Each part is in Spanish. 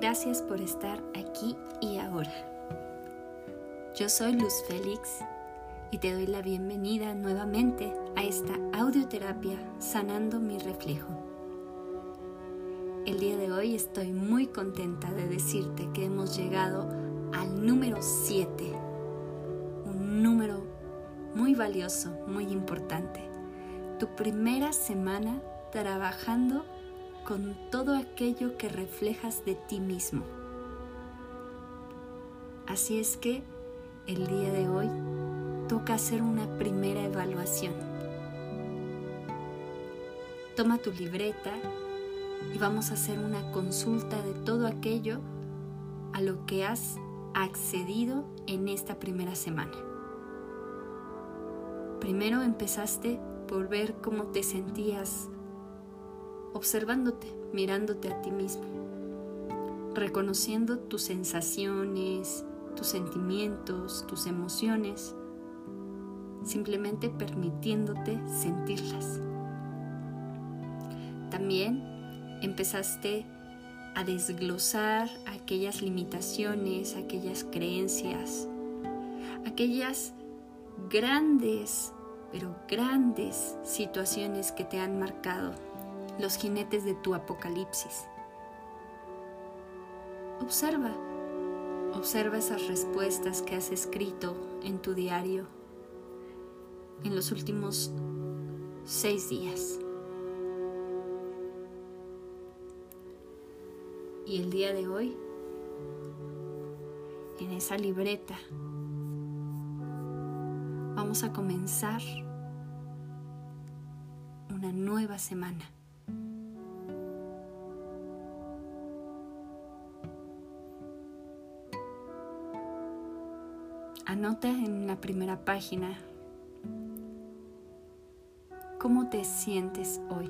Gracias por estar aquí y ahora. Yo soy Luz Félix y te doy la bienvenida nuevamente a esta audioterapia Sanando mi Reflejo. El día de hoy estoy muy contenta de decirte que hemos llegado al número 7, un número muy valioso, muy importante. Tu primera semana trabajando con todo aquello que reflejas de ti mismo. Así es que el día de hoy toca hacer una primera evaluación. Toma tu libreta y vamos a hacer una consulta de todo aquello a lo que has accedido en esta primera semana. Primero empezaste por ver cómo te sentías observándote, mirándote a ti mismo, reconociendo tus sensaciones, tus sentimientos, tus emociones, simplemente permitiéndote sentirlas. También empezaste a desglosar aquellas limitaciones, aquellas creencias, aquellas grandes situaciones que te han marcado, los jinetes de tu apocalipsis. Observa esas respuestas que has escrito en tu diario en los últimos 6 días. Y el día de hoy, en esa libreta, vamos a comenzar una nueva semana. Anota en la primera página cómo te sientes hoy.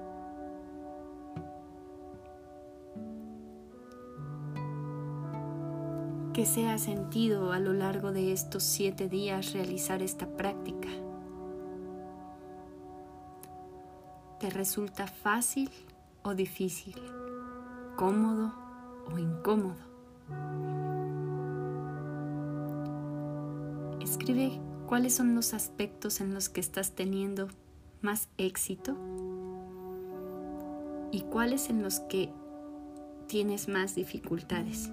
¿Qué se ha sentido a lo largo de estos 7 días realizar esta práctica? ¿Te resulta fácil o difícil? ¿Cómodo o incómodo? Escribe cuáles son los aspectos en los que estás teniendo más éxito y cuáles en los que tienes más dificultades.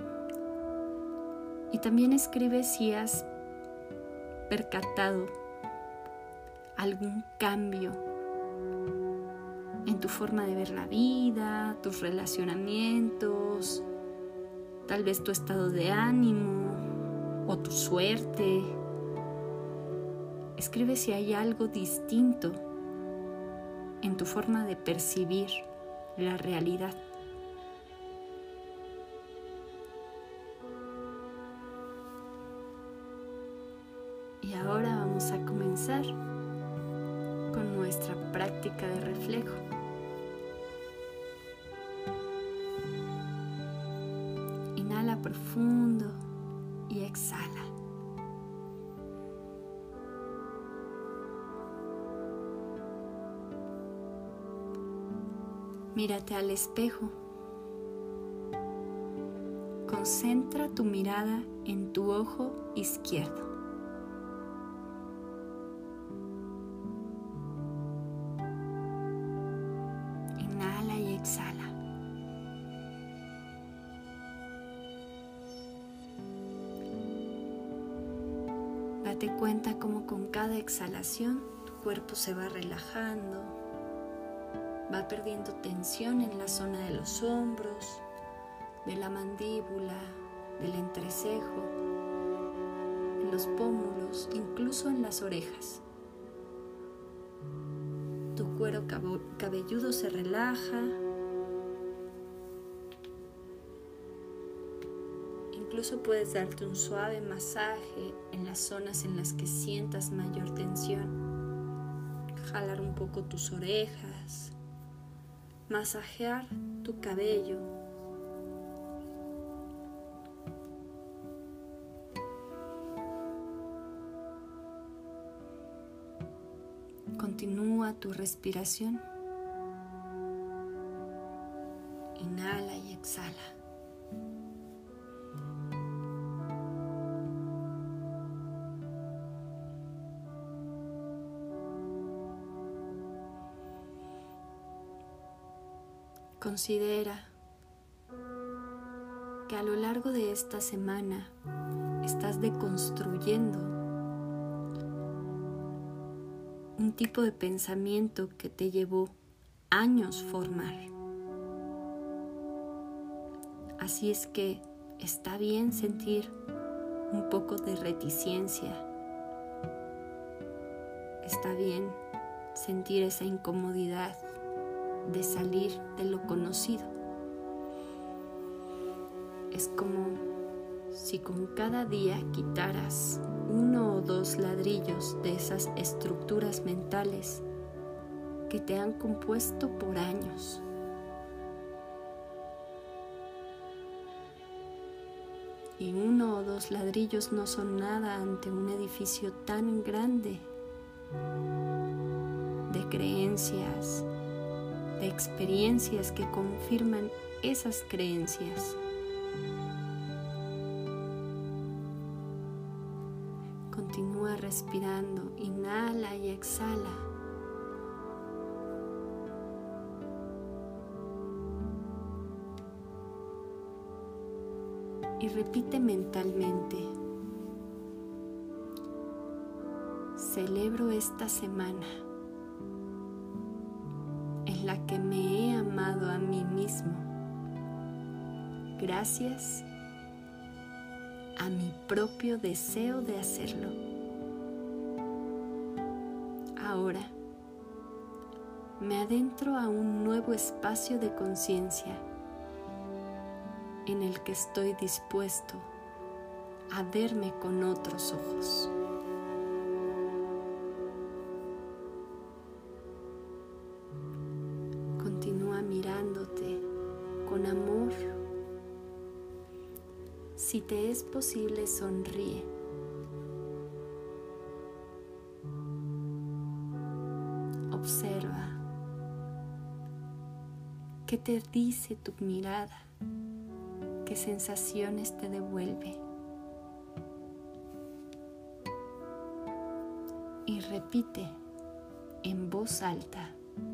Y también escribe si has percatado algún cambio en tu forma de ver la vida, tus relacionamientos, tal vez tu estado de ánimo o tu suerte. Escribe si hay algo distinto en tu forma de percibir la realidad. Y ahora vamos a comenzar con nuestra práctica de reflejo. Inhala profundo y exhala. Mírate al espejo. Concentra tu mirada en tu ojo izquierdo. Inhala y exhala. Date cuenta cómo con cada exhalación tu cuerpo se va relajando, va perdiendo tensión en la zona de los hombros, de la mandíbula, del entrecejo, en los pómulos, incluso en las orejas. Tu cuero cabelludo se relaja. Incluso puedes darte un suave masaje en las zonas en las que sientas mayor tensión. Jalar un poco tus orejas. Masajear tu cabello. Continúa tu respiración. Inhala y exhala. Considera que a lo largo de esta semana estás deconstruyendo un tipo de pensamiento que te llevó años formar. Así es que está bien sentir un poco de reticencia. Está bien sentir esa incomodidad de salir de lo conocido. Es como si con cada día quitaras 1 o 2 ladrillos de esas estructuras mentales que te han compuesto por años. Y 1 o 2 ladrillos no son nada ante un edificio tan grande de creencias, de experiencias que confirman esas creencias. Continúa respirando, inhala y exhala. Y repite mentalmente: celebro esta semana en la que me he amado a mí mismo, gracias a mi propio deseo de hacerlo. Ahora me adentro a un nuevo espacio de conciencia en el que estoy dispuesto a verme con otros ojos. Continúa mirándote con amor. Si te es posible, sonríe. Observa qué te dice tu mirada, qué sensaciones te devuelve. Y repite en voz alta: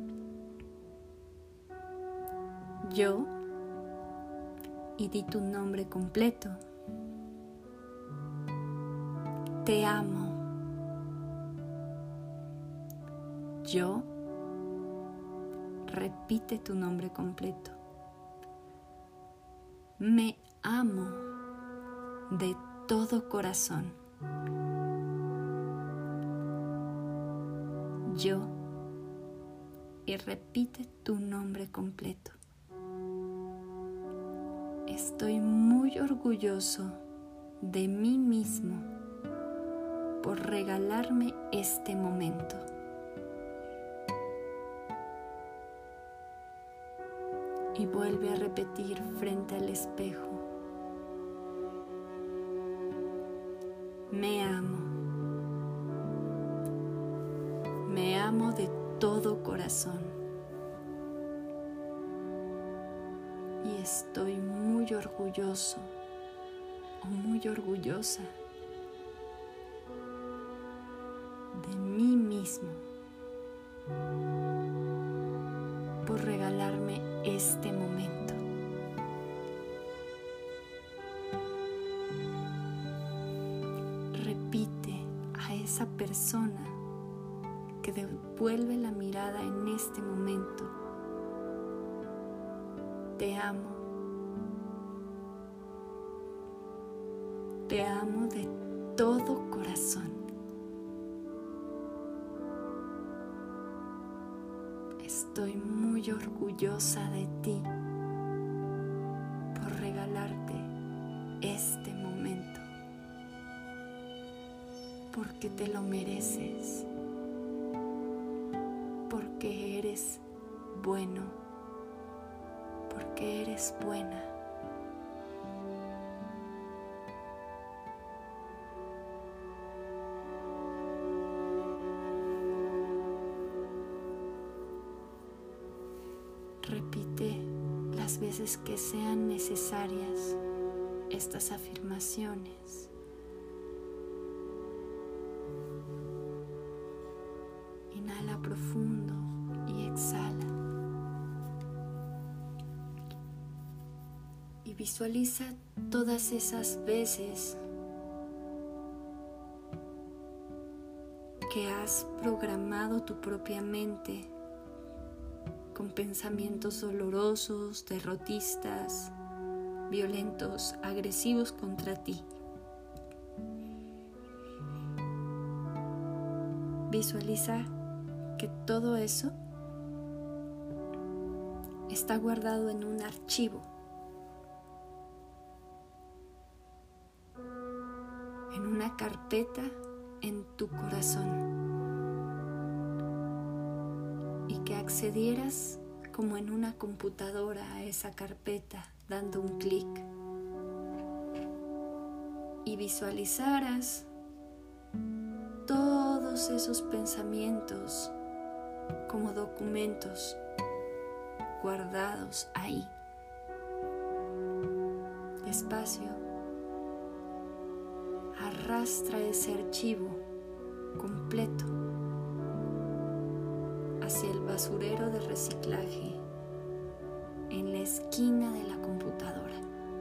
yo, y di tu nombre completo. Te amo. Yo, repite tu nombre completo. Me amo de todo corazón. Yo, y repite tu nombre completo. Estoy muy orgulloso de mí mismo por regalarme este momento. Y vuelve a repetir frente al espejo: me amo. Me amo de todo corazón. Y estoy muy orgulloso o muy orgullosa de mí mismo por regalarme este momento. Repite a esa persona que devuelve la mirada en este momento: te amo. Te amo de todo corazón. Estoy muy orgullosa de ti por regalarte este momento, porque te lo mereces, porque eres bueno, porque eres buena. Repite las veces que sean necesarias estas afirmaciones. Inhala profundo y exhala. Y visualiza todas esas veces que has programado tu propia mente con pensamientos dolorosos, derrotistas, violentos, agresivos contra ti. Visualiza que todo eso está guardado en un archivo, en una carpeta en tu corazón, y que accedieras como en una computadora a esa carpeta dando un clic y visualizaras todos esos pensamientos como documentos guardados ahí. Despacio, arrastra ese archivo completo hacia el basurero de reciclaje en la esquina de la computadora.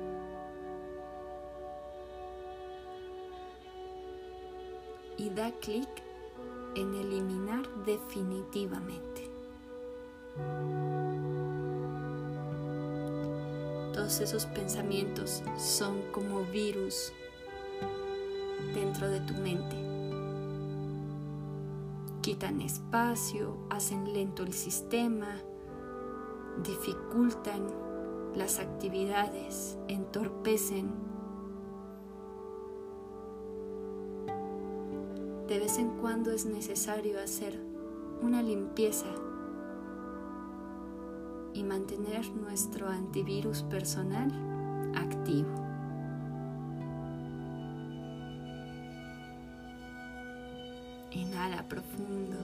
Y da clic en eliminar definitivamente. Todos esos pensamientos son como virus dentro de tu mente. Quitan espacio, hacen lento el sistema, dificultan las actividades, entorpecen. De vez en cuando es necesario hacer una limpieza y mantener nuestro antivirus personal activo. Inhala profundo.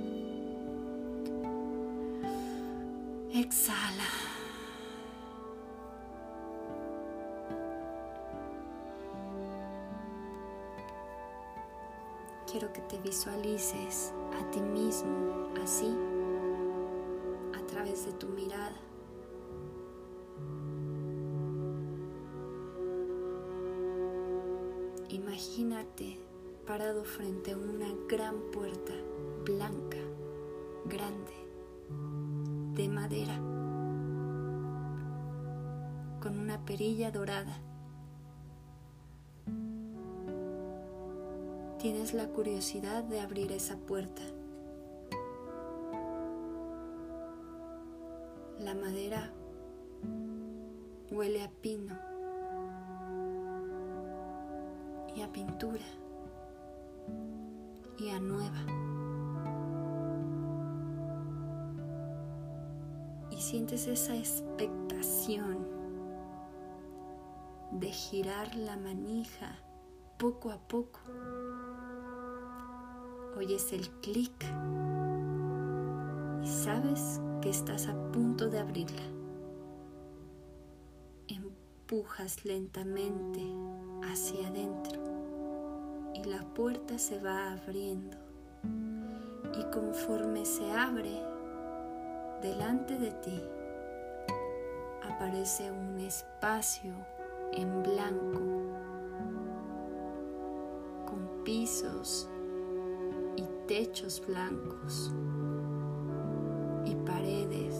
Exhala. Quiero que te visualices a ti mismo así, a través de tu mirada. Imagínate parado frente a una gran puerta blanca, grande, de madera, con una perilla dorada. Tienes la curiosidad de abrir esa puerta. La madera huele a pino y a pintura y a nueva. Y sientes esa expectación de girar la manija poco a poco. Oyes el clic y sabes que estás a punto de abrirla. Empujas lentamente hacia adentro y la puerta se va abriendo. Y conforme se abre, delante de ti aparece un espacio en blanco con pisos y techos blancos y paredes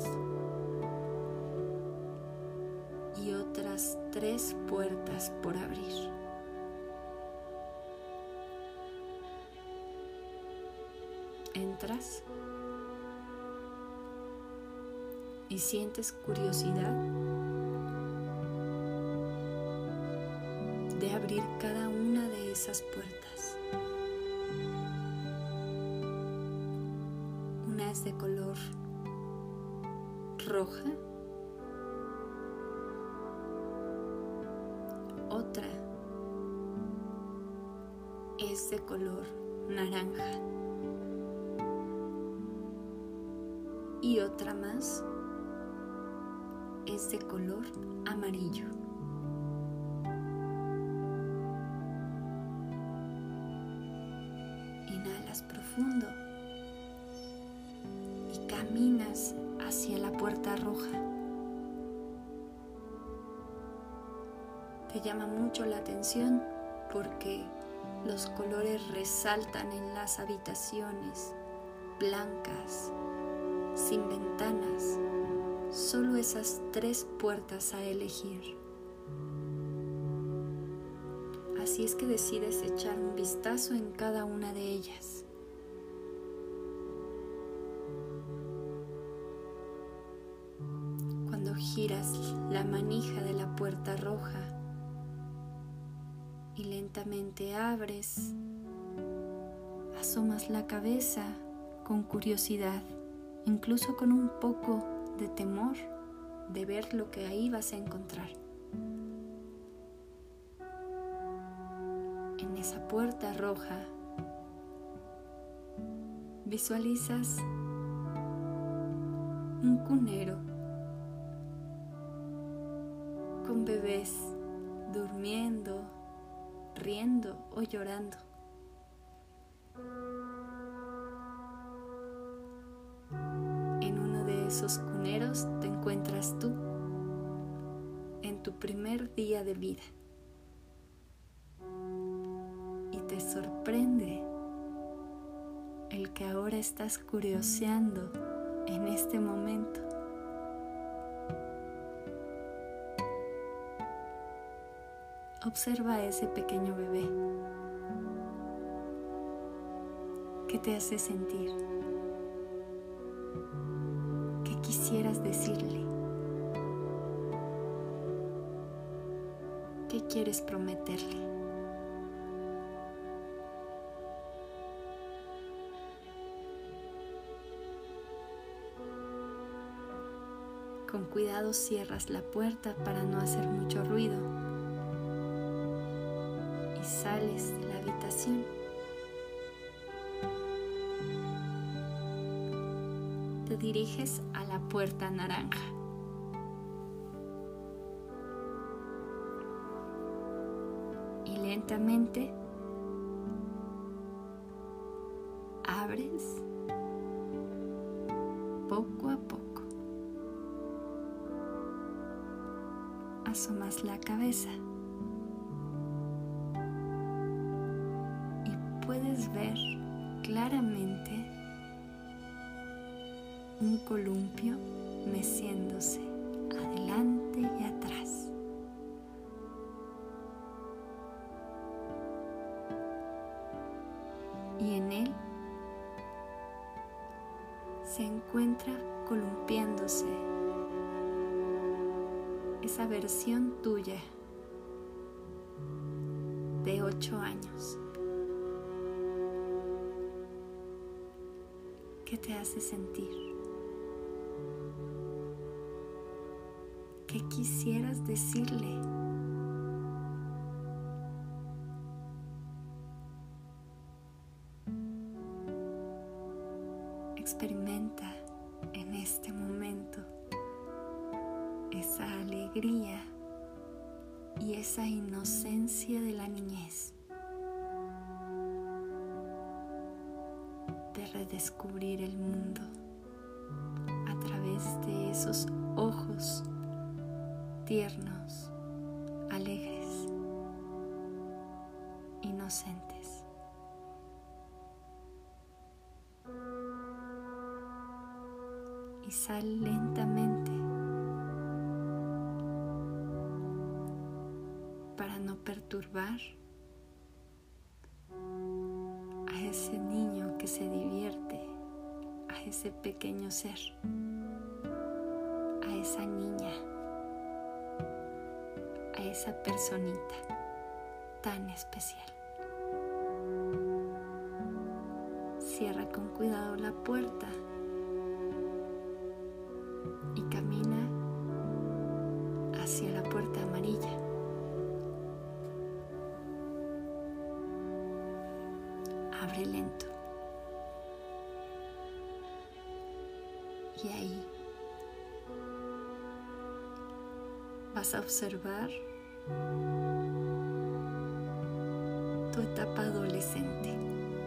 y otras 3 puertas por abrir. Entras y sientes curiosidad de abrir cada una de esas puertas. Una es de color roja, otra es de color naranja y otra más es de color amarillo. Inhalas profundo y caminas hacia la puerta roja. Te llama mucho la atención porque los colores resaltan en las habitaciones, blancas, sin ventanas, solo esas 3 puertas a elegir. Así es que decides echar un vistazo en cada una de ellas. Cuando giras la manija de la puerta roja y lentamente abres, asomas la cabeza con curiosidad, incluso con un poco de temor de ver lo que ahí vas a encontrar. En esa puerta roja visualizas un cunero con bebés durmiendo, riendo o llorando. En uno de esos cuneros te encuentras tú en tu primer día de vida. Y te sorprende el que ahora estás curioseando en este momento. Observa a ese pequeño bebé. ¿Qué te hace sentir? ¿Qué quisieras decirle? ¿Qué quieres prometerle? Con cuidado cierras la puerta para no hacer mucho ruido y sales de la habitación. Te diriges a la puerta naranja. Y lentamente abres poco a poco. Asomas la cabeza y puedes ver claramente un columpio meciéndose adelante y atrás. Y en él se encuentra columpiándose esa versión tuya de 8 años. ¿Qué te hace sentir? ¿Qué quisieras decirle? Experimenta en este momento esa alegría y esa inocencia de la niñez, de redescubrir el mundo a través de esos ojos tiernos, alegres, inocentes. Y sal lentamente para no perturbar a ese niño que se divierte, a ese pequeño ser, a esa niña, a esa personita tan especial. Cierra con cuidado la puerta y camina hacia la puerta amarilla. Abre lento. Y ahí vas a observar tu etapa adolescente.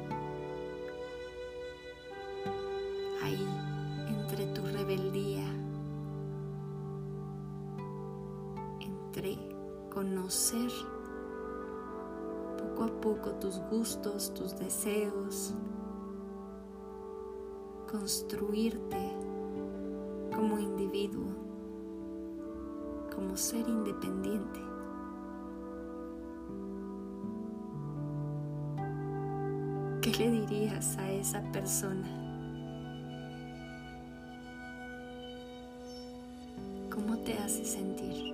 Ahí, entre tu rebeldía, entre conocer poco a poco tus gustos, tus deseos, construirte como individuo, como ser independiente. ¿Qué le dirías a esa persona? ¿Cómo te hace sentir?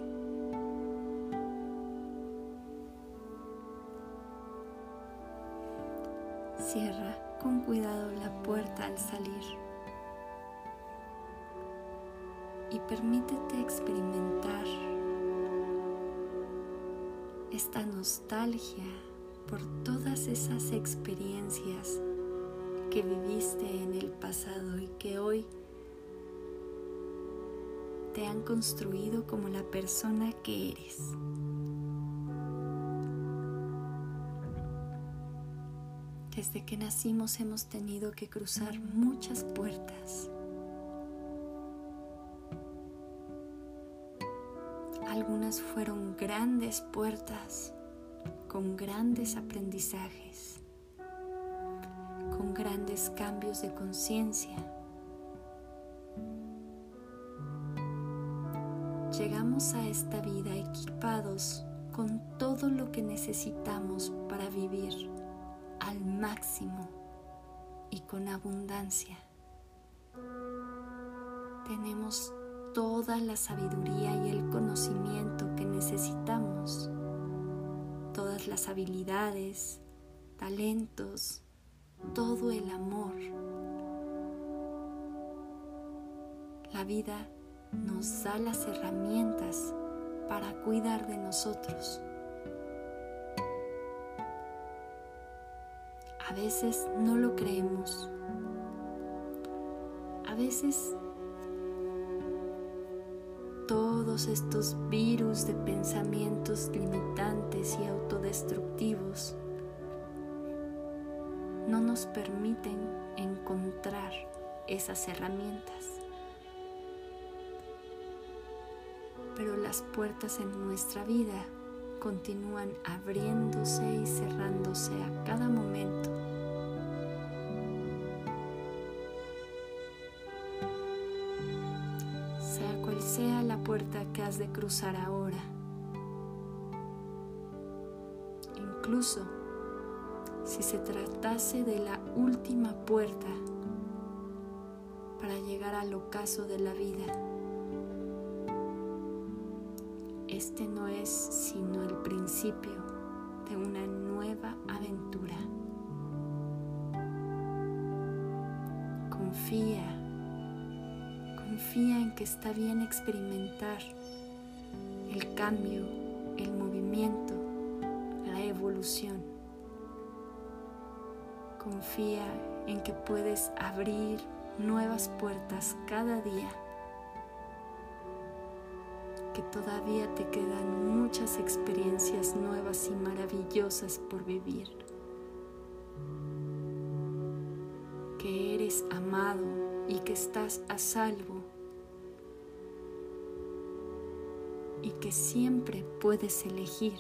Cierra con cuidado la puerta al salir y permítete experimentar esta nostalgia por todas esas experiencias que viviste en el pasado y que hoy te han construido como la persona que eres. Desde que nacimos hemos tenido que cruzar muchas puertas. Algunas fueron grandes puertas con grandes aprendizajes, con grandes cambios de conciencia. Llegamos a esta vida equipados con todo lo que necesitamos para vivir al máximo y con abundancia. Tenemos toda la sabiduría y el conocimiento que necesitamos, todas las habilidades, talentos, todo el amor. La vida nos da las herramientas para cuidar de nosotros. A veces no lo creemos. A veces todos estos virus de pensamientos limitantes y autodestructivos no nos permiten encontrar esas herramientas. Pero las puertas en nuestra vida continúan abriéndose y cerrándose a cada momento. Sea cual sea la puerta que has de cruzar ahora, incluso si se tratase de la última puerta para llegar al ocaso de la vida, este no es sino el principio de una nueva aventura. Confía en que está bien experimentar el cambio, el movimiento, la evolución. Confía en que puedes abrir nuevas puertas cada día, que todavía te quedan muchas experiencias nuevas y maravillosas por vivir, que eres amado y que estás a salvo y que siempre puedes elegir.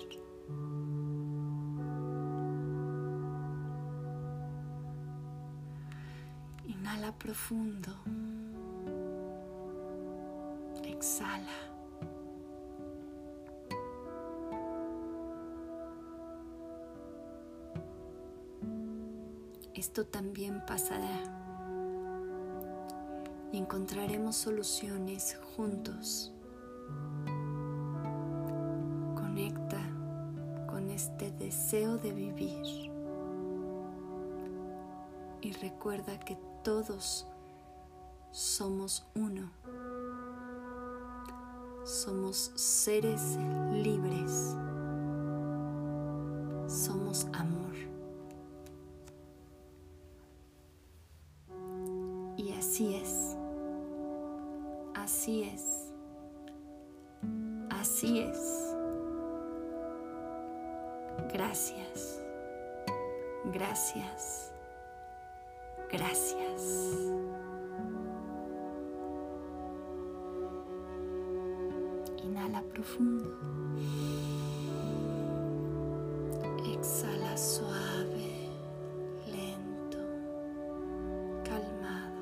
Inhala profundo, exhala. Esto también pasará y encontraremos soluciones juntos. Conecta con este deseo de vivir y recuerda que todos somos uno. Somos seres libres. Somos amor. Y así es. Así es. Así es. Gracias. Gracias. Gracias. Inhala profundo. Respira suave, lento, calmado.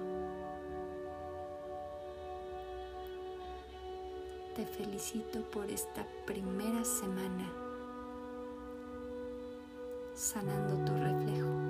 Te felicito por esta primera semana sanando tu reflejo.